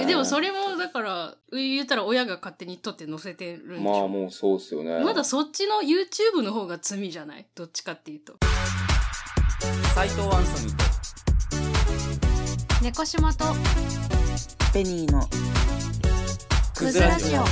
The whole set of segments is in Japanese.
でもそれもだから言ったら親が勝手に撮って載せてるんでしょ。 まあもうそうっすよね。 まだそっちの YouTube の方が罪じゃない？どっちかっていうと。 斉藤アンソニーと猫島とベニーのクズラジオ。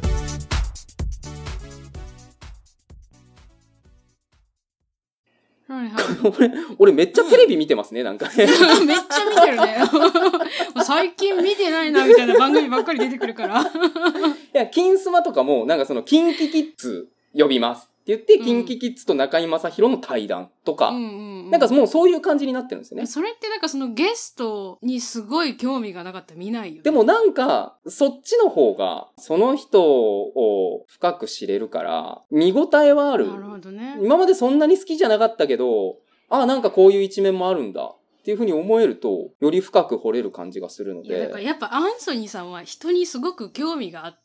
はいはい俺めっちゃテレビ見てますね、なんかね。 めっちゃ見てるね。最近見てないなみたいな番組ばっかり出てくるから。 いや、金スマとかも、なんかその、キンキキッズ呼びますって言って、キンキキッズと中居正広の対談とか、なんかもうそういう感じになってるんですよね。 それってなんかそのゲストにすごい興味がなかったら見ないよね。 でもなんか、そっちの方が、その人を深く知れるから、見応えはある。 なるほどね。 今までそんなに好きじゃなかったけど、なんかこういう一面もあるんだ。っていう風に思えると、より深く掘れる感じがするのいや、だからで。 やっぱアンソニーさんは人にすごく興味があって、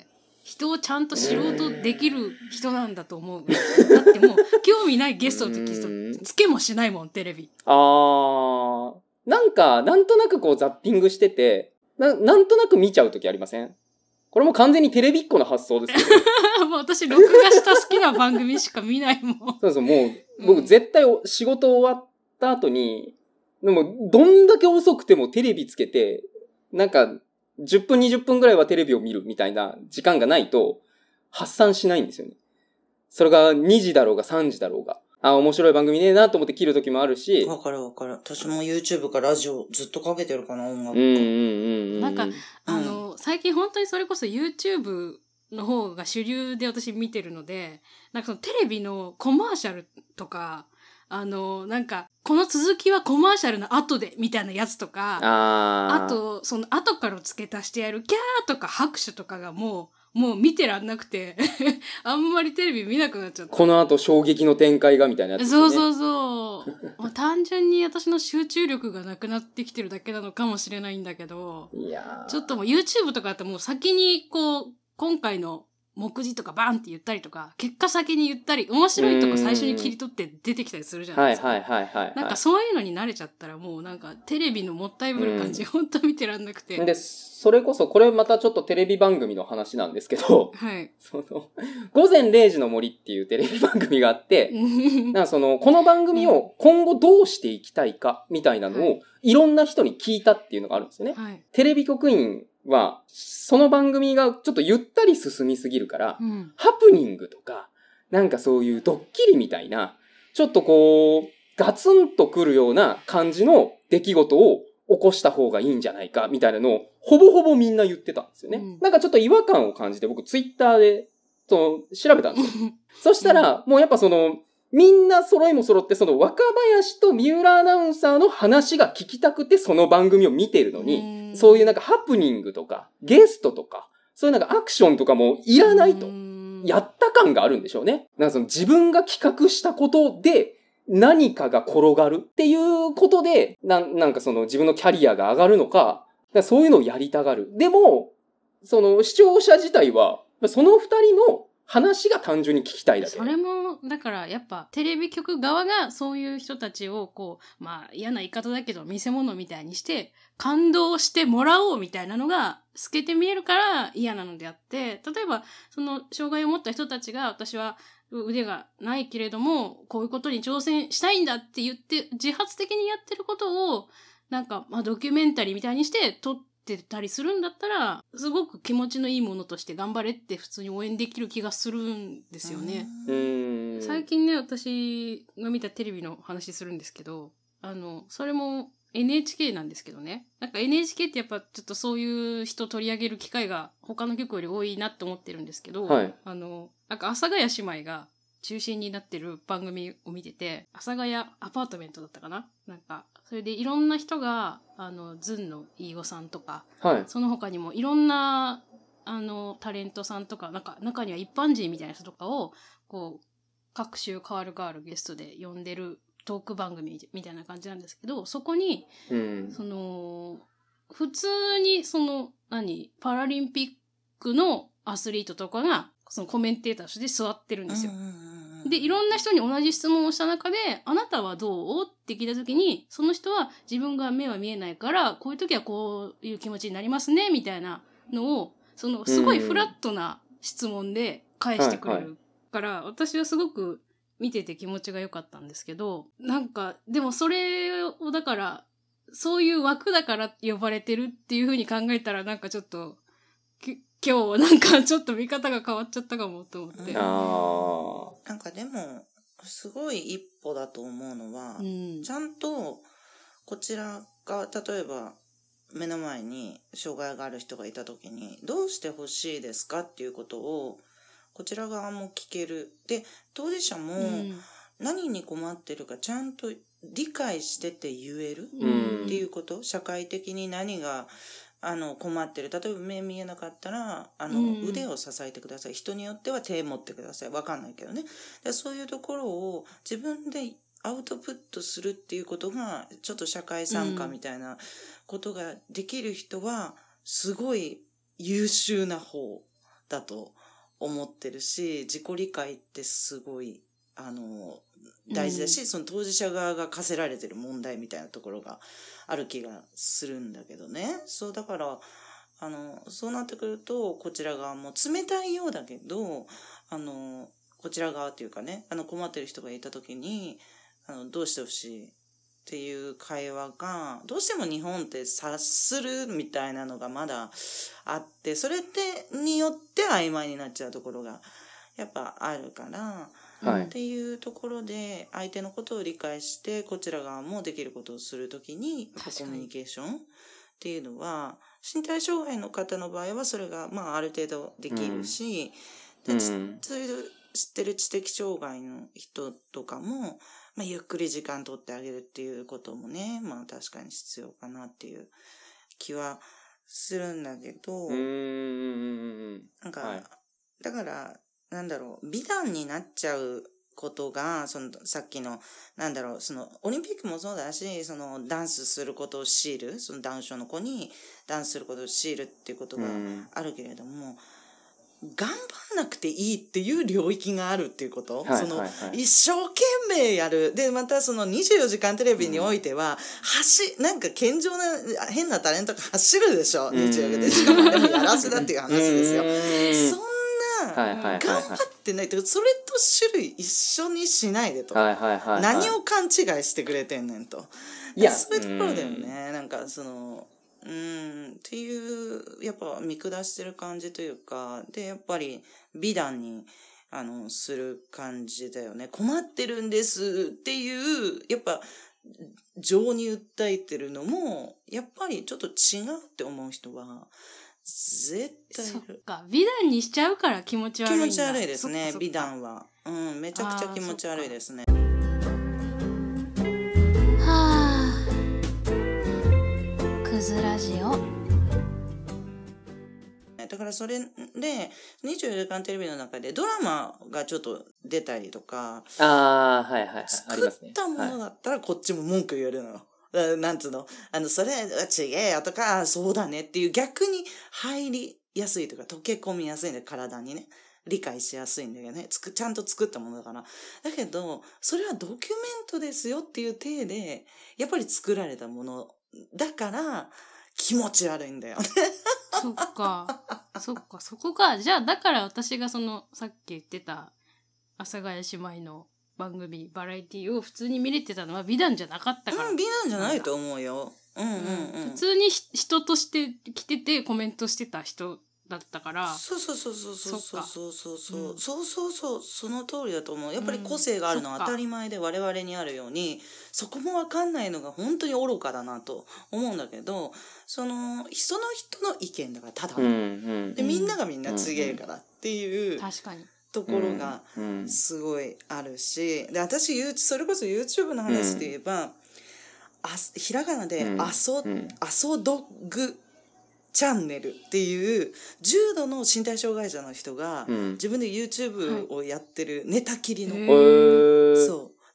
人をちゃんと知ろうとできる人なんだと思う。だってもう、興味ないゲストの時、つけもしないもん、テレビ。 なんか、なんとなくこうザッピングしてて、なんとなく見ちゃう時ありません？これも完全にテレビっ子の発想ですけど。 もう私、録画した好きな番組しか見ないもん。 そうそう、もう、僕絶対仕事終わった後に、でも、どんだけ遅くてもテレビつけて、なんか、10分20分ぐらいはテレビを見るみたいな時間がないと、発散しないんですよね。それが2時だろうが3時だろうが。面白い番組ねえなと思って切る時もあるし。 わかるわかる。私も YouTube かラジオずっとかけてるかな、音楽。 なんか、最近本当にそれこそ YouTube の方が主流で私見てるので、なんかそのテレビのコマーシャルとか、なんか、この続きはコマーシャルの後で、みたいなやつとか、あと、その後から付け足してやる、キャーとか拍手とかがもう見てらんなくて、あんまりテレビ見なくなっちゃった。 この後衝撃の展開がみたいなやつですね。 そう。もう単純に私の集中力がなくなってきてるだけなのかもしれないんだけど、ちょっともう YouTube とかだともう先にこう、今回の目次とかバンって言ったりとか、結果先に言ったり、面白いとこ最初に切り取って出てきたりするじゃないですか。 はい。 なんかそういうのに慣れちゃったらもうなんかテレビのもったいぶる感じ、ほんと見てらんなくて。 で、それこそ、これまたちょっとテレビ番組の話なんですけど、 はい。 午前0時の森っていうテレビ番組があって、なんかこの番組を今後どうしていきたいかみたいなのをいろんな人に聞いたっていうのがあるんですよね。 はい、 テレビ局員は、その番組がちょっとゆったり進みすぎるから、ハプニングとか、なんかそういうドッキリみたいな、ちょっとこう、ガツンとくるような感じの出来事を起こした方がいいんじゃないか、みたいなのを、ほぼほぼみんな言ってたんですよね。なんかちょっと違和感を感じて、僕ツイッターで、調べたんですよ。そしたら、もうやっぱみんな揃いも揃って、若林と三浦アナウンサーの話が聞きたくて、その番組を見てるのに、そういうなんかハプニングとか、ゲストとか、そういうなんかアクションとかもいらないと。やった感があるんでしょうね。なんか自分が企画したことで、何かが転がるっていうことで、なんか自分のキャリアが上がるのか、そういうのをやりたがる。でも、視聴者自体は、その二人の話が単純に聞きたいだけ。 それも、だからやっぱテレビ局側がそういう人たちをこう、まあ嫌な言い方だけど見せ物みたいにして感動してもらおうみたいなのが透けて見えるから嫌なのであって、例えば障害を持った人たちが私は腕がないけれどもこういうことに挑戦したいんだって言って自発的にやってることをなんかまあドキュメンタリーみたいにして撮ってたりするんだったらすごく気持ちのいいものとして頑張れって普通に応援できる気がするんですよね。最近ね私が見たテレビの話するんですけどそれも NHK なんですけどね、なんか NHK ってやっぱちょっとそういう人取り上げる機会が他の局より多いなって思ってるんですけど、 はい、 なんか阿佐ヶ谷姉妹が中心になってる番組を見てて、阿佐ヶ谷アパートメントだったかな、なんかそれでいろんな人がズンの飯尾さんとか、 はい、 その他にもいろんなタレントさんとか、なんか中には一般人みたいな人とかをこう各週変わるゲストで呼んでるトーク番組みたいな感じなんですけど、そこに、普通にパラリンピックのアスリートとかがそのコメンテーターとして座ってるんですよ。 で、いろんな人に同じ質問をした中で、あなたはどうって聞いた時に、その人は自分が目は見えないから、こういう時はこういう気持ちになりますね、みたいなのを、すごいフラットな質問で返してくれるから、私はすごく見てて気持ちが良かったんですけど、なんか、でもそれをだから、そういう枠だから呼ばれてるっていう風に考えたら、なんかちょっと、今日なんかちょっと見方が変わっちゃったかもと思って。 なんかでも、すごい一歩だと思うのは、ちゃんと、こちらが、例えば、目の前に障害がある人がいたときに、どうして欲しいですかっていうことを、こちら側も聞ける。で、当事者も、何に困ってるかちゃんと理解してて言えるっていうこと、社会的に何が、困ってる。例えば目見えなかったら、腕を支えてください。人によっては手持ってください。わかんないけどね。でそういうところを自分でアウトプットするっていうことが、ちょっと社会参加みたいなことができる人は、すごい優秀な方だと思ってるし、自己理解ってすごい、大事だし、その当事者側が課せられてる問題みたいなところがある気がするんだけどね。そう、だから、そうなってくると、こちら側も冷たいようだけど、こちら側っていうかね、困ってる人がいたときに、どうしてほしいっていう会話が、どうしても日本って察するみたいなのがまだあって、それによって曖昧になっちゃうところが、やっぱあるから、っていうところで相手のことを理解してこちら側もできることをするときにコミュニケーションっていうのは身体障害の方の場合はそれがある程度できるし、そういう知ってる知的障害の人とかも、ゆっくり時間取ってあげるっていうこともね、確かに必要かなっていう気はするんだけど、なんか、だからなんだろう、美談になっちゃうことが、さっきの、オリンピックもそうだし、ダンスすることを強いる、ダウン症の子にダンスすることを強いるっていうことがあるけれども、頑張んなくていいっていう領域があるっていうこと、一生懸命やる。で、また24時間テレビにおいては、なんか健常な変なタレントが走るでしょ、24時間で。しかもでもやらせだっていう話ですよ。そんな、頑張ってないと、それと種類一緒にしないでと。何を勘違いしてくれてんねんと。そういうところだよね。なんかっていう、やっぱ見下してる感じというか、で、やっぱり美談に、する感じだよね。困ってるんですっていう、やっぱ、情に訴えてるのも、やっぱりちょっと違うって思う人は、絶対いる。 そっか。美談にしちゃうから気持ち悪いんだ。 気持ち悪いですね、美談は。めちゃくちゃ気持ち悪いですね。 クズラジオ。 だからそれで、24時間テレビの中でドラマがちょっと出たりとか、作ったものだったらこっちも文句言えるのよ。なんつうの、それは違えよとか、そうだねっていう逆に入りやすいとか、溶け込みやすいんだよ、体にね。理解しやすいんだよね。ちゃんと作ったものだから。だけど、それはドキュメントですよっていう体で、やっぱり作られたものだから、気持ち悪いんだよね。 そっか。そこか。じゃあ、だから私がさっき言ってた、阿佐ヶ谷姉妹の番組、バラエティを普通に見れてたのは美談じゃなかったから。 美談じゃないと思うよ。 普通に人として来ててコメントしてた人だったから。 そう、その通りだと思う。やっぱり個性があるのは当たり前で我々にあるように、そこもわかんないのが本当に愚かだなと思うんだけど、その人の意見だからただの、でみんながみんな違えからっていうところがすごいあるし、で私それこそ YouTube の話で言えば、ひらがなでアソドッグチャンネルっていう重度の身体障害者の人が自分で YouTube をやってるネタ切りの、そう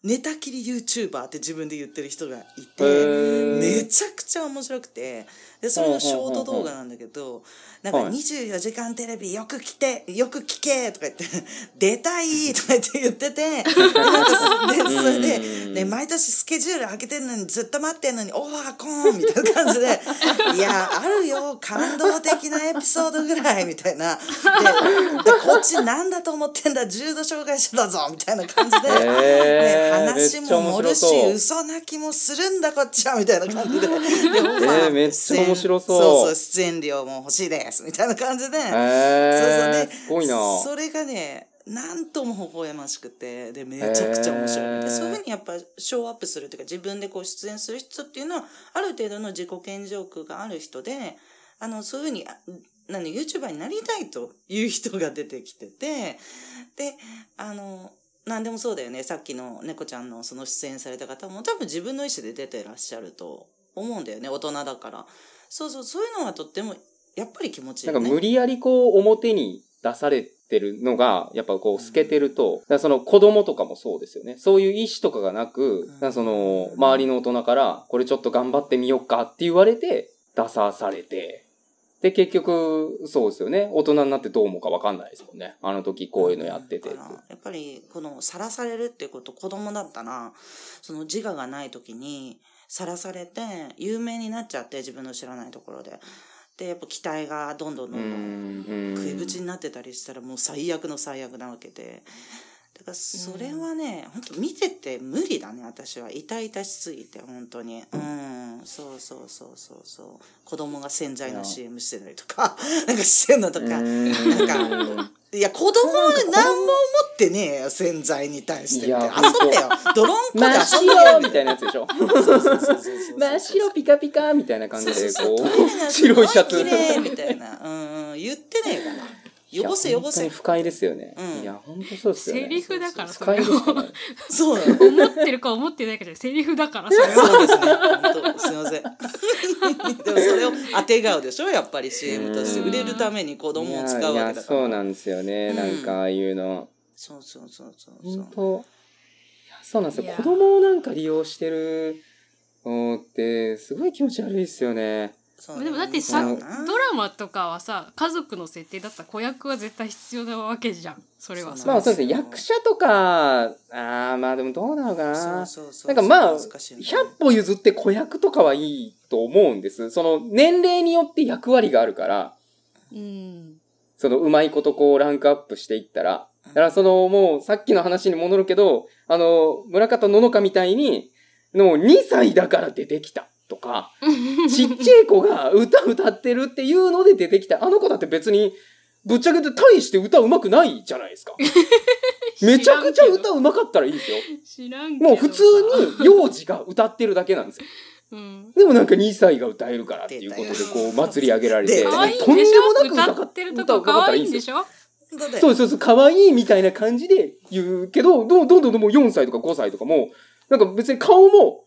寝たきり YouTuber って自分で言ってる人がいて、めちゃくちゃ面白くて、で、それのショート動画なんだけど、なんか24時間テレビよく聞けとか言って、出たいとか言ってて、それで、毎年スケジュール開けてんのにずっと待ってんのに、オファーコーンみたいな感じで、いや、あるよ、感動的なエピソードぐらい、みたいな。で、こっちなんだと思ってんだ、重度障害者だぞ、みたいな感じで、話も盛るし、嘘泣きもするんだ、こっちは、みたいな感じで。 めっちゃ面白そう。 そう、出演料も欲しいですみたいな感じで、 すごいな。 それがね、なんとも微笑ましくて、で、めちゃくちゃ面白い。で、そういうふうにやっぱショーアップするというか、自分でこう出演する人っていうのは、ある程度の自己顕示欲がある人で、そういうふうに、YouTuber になりたいという人が出てきてて、で、なんでもそうだよね。さっきの猫ちゃんのその出演された方も多分自分の意思で出てらっしゃると思うんだよね。大人だから。そういうのはとってもやっぱり気持ちいいよね。 なんか無理やりこう表に出されてるのがやっぱこう透けてると、だからその子供とかもそうですよね。そういう意思とかがなく、だからその周りの大人からこれちょっと頑張ってみようかって言われて出さされて、で結局そうですよね。大人になってどう思うか分かんないですもんね。あの時こういうのやってて。 やっぱりこのさらされるっていうこと、子供だったらその自我がない時にさらされて有名になっちゃって、自分の知らないところで。で、やっぱ期待がどんどん食いぶちになってたりしたらもう最悪の最悪なわけで。だからそれはね、本当見てて無理だね、私は。痛々しすぎて、本当に。そう。子供が洗剤の CM してたりとか、なんかしてんのとか。なんか、いや、子供は何も思ってねえよ、洗剤に対してって。遊べよ。ドロンコで遊べよ。 みたいなやつでしょ。真っ白ピカピカみたいな感じで、こう、白いシャツ。 綺麗みたいな。言ってねえから。汚せ。 本当に不快ですよね。いや、本当そうですよね。 セリフだから、 不快ですよね。 そうなの。思ってるか思ってないかじゃセリフだから、それは。 そうですね。本当すいません。でもそれを当て顔でしょ、やっぱり CM として売れるために子供を使うわけだから。いや、 そうなんですよね。なんかああいうの。 そう。 本当。そうなんですよ。子供をなんか利用してるのってすごい気持ち悪いですよね。 でもだってさ、ドラマとかはさ、家族の設定だったら子役は絶対必要なわけじゃん。それはまあそうですね。役者とか、まあでもどうなのかな。なんかまあ、100歩譲って子役とかはいいと思うんです。その年齢によって役割があるから、そのうまいことこうランクアップしていったら、だからそのもうさっきの話に戻るけど、村方ののかみたいに、の2歳だから出てきた。とか、ちっちゃい子が歌ってるっていうので出てきた。あの子だって別に、ぶっちゃけて大して歌うまくないじゃないですか。めちゃくちゃ歌うまかったらいいですよ。 知らんけど。 もう普通に幼児が歌ってるだけなんですよ。でもなんか2歳が歌えるからっていうことでこう祭り上げられて、 とんでもなく歌ってるとこ可愛いんでしょ。 そう、可愛いみたいな感じで言うけど、どんどんもう4歳とか5歳とかも、なんか別に顔も、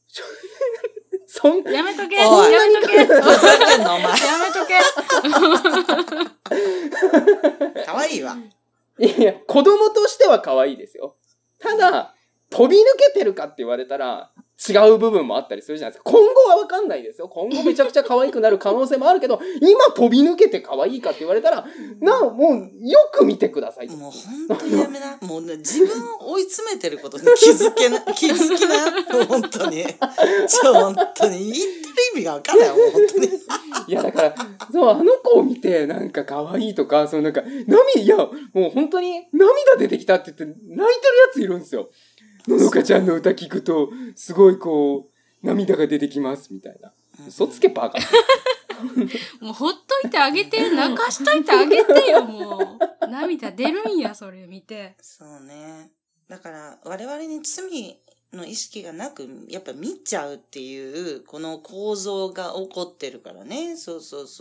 やめとけやめとけふざけんなお前やめとけかわいいわ。 いや、子供としては可愛いですよ。ただ、飛び抜けてるかって言われたら、違う部分もあったりするじゃないですか。今後は分かんないですよ。今後めちゃくちゃ可愛くなる可能性もあるけど、今飛び抜けて可愛いかって言われたら、もうよく見てください。 もう本当にやめな。もうね、自分を追い詰めてることに気づきな。本当に。本当に。言ってる意味が分かんないよ、本当に。 いや、だから、そう、あの子を見て、なんか可愛いとか、なんか、いや、もう本当に涙出てきたって言って泣いてるやついるんですよ。ののかちゃんの歌聞くと、すごいこう、涙が出てきます、みたいな。嘘つけバカ。 もうほっといてあげて、泣かしといてあげてよ、もう。涙出るんや、それ見て。 そうね。だから、我々に罪の意識がなく、やっぱ見ちゃうっていう、この構造が起こってるからね。そう。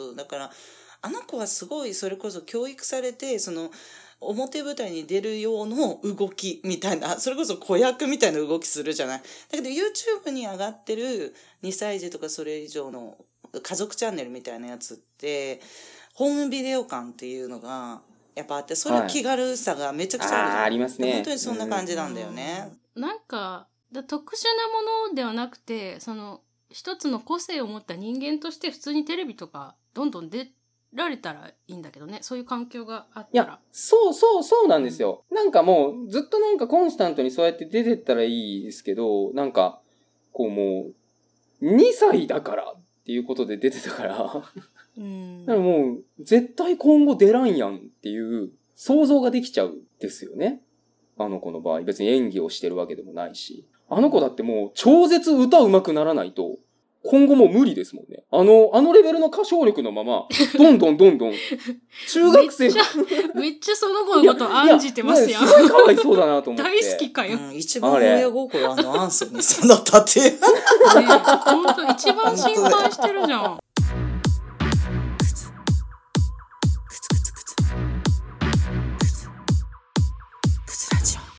だから、あの子はすごい、それこそ教育されて、表舞台に出る用の動きみたいな、それこそ子役みたいな動きするじゃない。だけど YouTube に上がってる2歳児とかそれ以上の家族チャンネルみたいなやつって、ホームビデオ感っていうのがやっぱあって、それ気軽さがめちゃくちゃあるじゃん。 はい、ありますね。 本当にそんな感じなんだよね。 なんか特殊なものではなくて、その一つの個性を持った人間として普通にテレビとかどんどん出られたらいいんだけどね。そういう環境があったら。 いや、そうなんですよ。なんかもうずっとなんかコンスタントにそうやって出てったらいいですけど、なんかこうもう2歳だからっていうことで出てたからだからもう絶対今後出らんやんっていう想像ができちゃうんですよね。あの子の場合別に演技をしてるわけでもないし、あの子だってもう超絶歌上手くならないと今後もう無理ですもんね。あのレベルの歌唱力のままどんどん中学生めっちゃその子のこと案じてますやん。 すごいかわいそうだなと思って。 大好きかよ。 一番親心アンソニーさんだったっていう。 本当一番心配してるじゃん。